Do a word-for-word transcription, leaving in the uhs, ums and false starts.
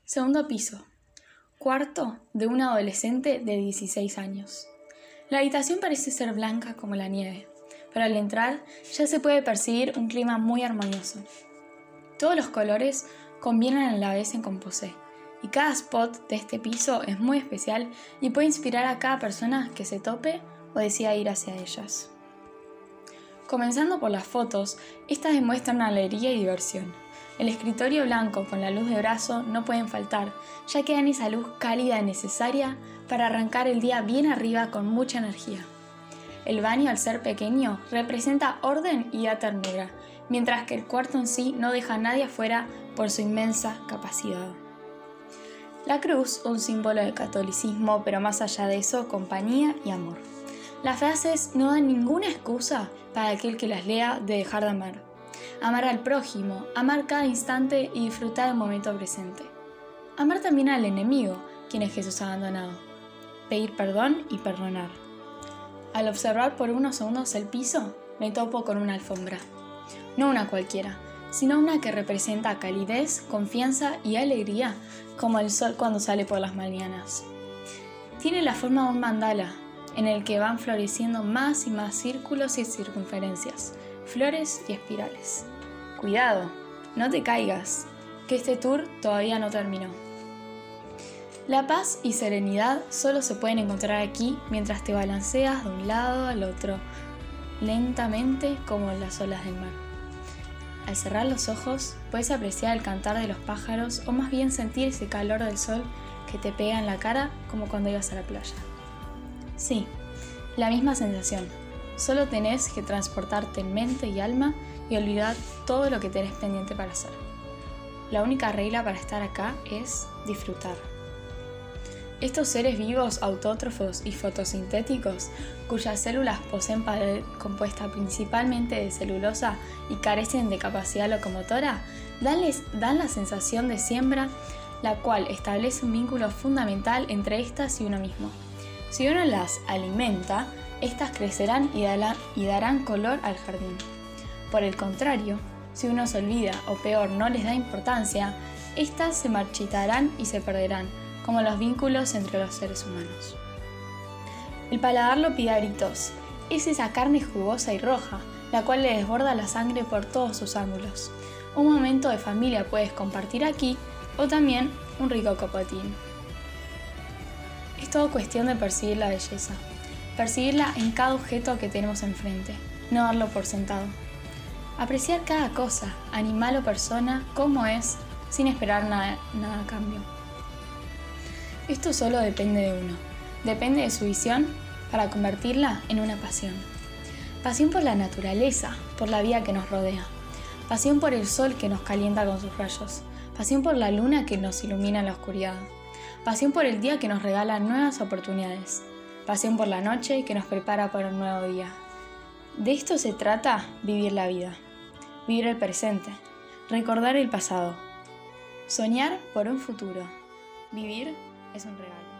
Segundo piso. Cuarto de un adolescente de dieciséis años. La habitación parece ser blanca como la nieve, pero al entrar ya se puede percibir un clima muy armonioso. Todos los colores convienen a la vez en Composé, y cada spot de este piso es muy especial y puede inspirar a cada persona que se tope o decida ir hacia ellas. Comenzando por las fotos, estas demuestran alegría y diversión. El escritorio blanco con la luz de brazo no pueden faltar, ya que dan esa luz cálida necesaria para arrancar el día bien arriba con mucha energía. El baño, al ser pequeño, representa orden y da ternura, mientras que el cuarto en sí no deja a nadie afuera por su inmensa capacidad. La cruz, un símbolo del catolicismo, pero más allá de eso, compañía y amor. Las frases no dan ninguna excusa para aquel que las lea de dejar de amar. Amar al prójimo, amar cada instante y disfrutar el momento presente. Amar también al enemigo, quien es Jesús abandonado. Pedir perdón y perdonar. Al observar por unos segundos el piso, me topo con una alfombra. No una cualquiera, sino una que representa calidez, confianza y alegría, como el sol cuando sale por las mañanas. Tiene la forma de un mandala, en el que van floreciendo más y más círculos y circunferencias, flores y espirales. Cuidado, no te caigas, que este tour todavía no terminó. La paz y serenidad solo se pueden encontrar aquí mientras te balanceas de un lado al otro, lentamente como en las olas del mar. Al cerrar los ojos, puedes apreciar el cantar de los pájaros o más bien sentir ese calor del sol que te pega en la cara como cuando ibas a la playa. Sí, la misma sensación. Solo tenés que transportarte en mente y alma y olvidar todo lo que tenés pendiente para hacer. La única regla para estar acá es disfrutar. Estos seres vivos autótrofos y fotosintéticos, cuyas células poseen pared compuesta principalmente de celulosa y carecen de capacidad locomotora, danles, dan la sensación de siembra, la cual establece un vínculo fundamental entre estas y uno mismo. Si uno las alimenta, estas crecerán y darán, y darán color al jardín. Por el contrario, si uno se olvida o peor no les da importancia, estas se marchitarán y se perderán, como los vínculos entre los seres humanos. El paladar lo pide a gritos. Es esa carne jugosa y roja, la cual le desborda la sangre por todos sus ángulos. Un momento de familia puedes compartir aquí, o también un rico copotín. Es todo cuestión de percibir la belleza, percibirla en cada objeto que tenemos enfrente, no darlo por sentado. Apreciar cada cosa, animal o persona, como es, sin esperar nada, nada a cambio. Esto solo depende de uno, depende de su visión para convertirla en una pasión. Pasión por la naturaleza, por la vida que nos rodea. Pasión por el sol que nos calienta con sus rayos. Pasión por la luna que nos ilumina en la oscuridad. Pasión por el día que nos regala nuevas oportunidades. Pasión por la noche que nos prepara para un nuevo día. De esto se trata vivir la vida. Vivir el presente. Recordar el pasado. Soñar por un futuro. Vivir es un regalo.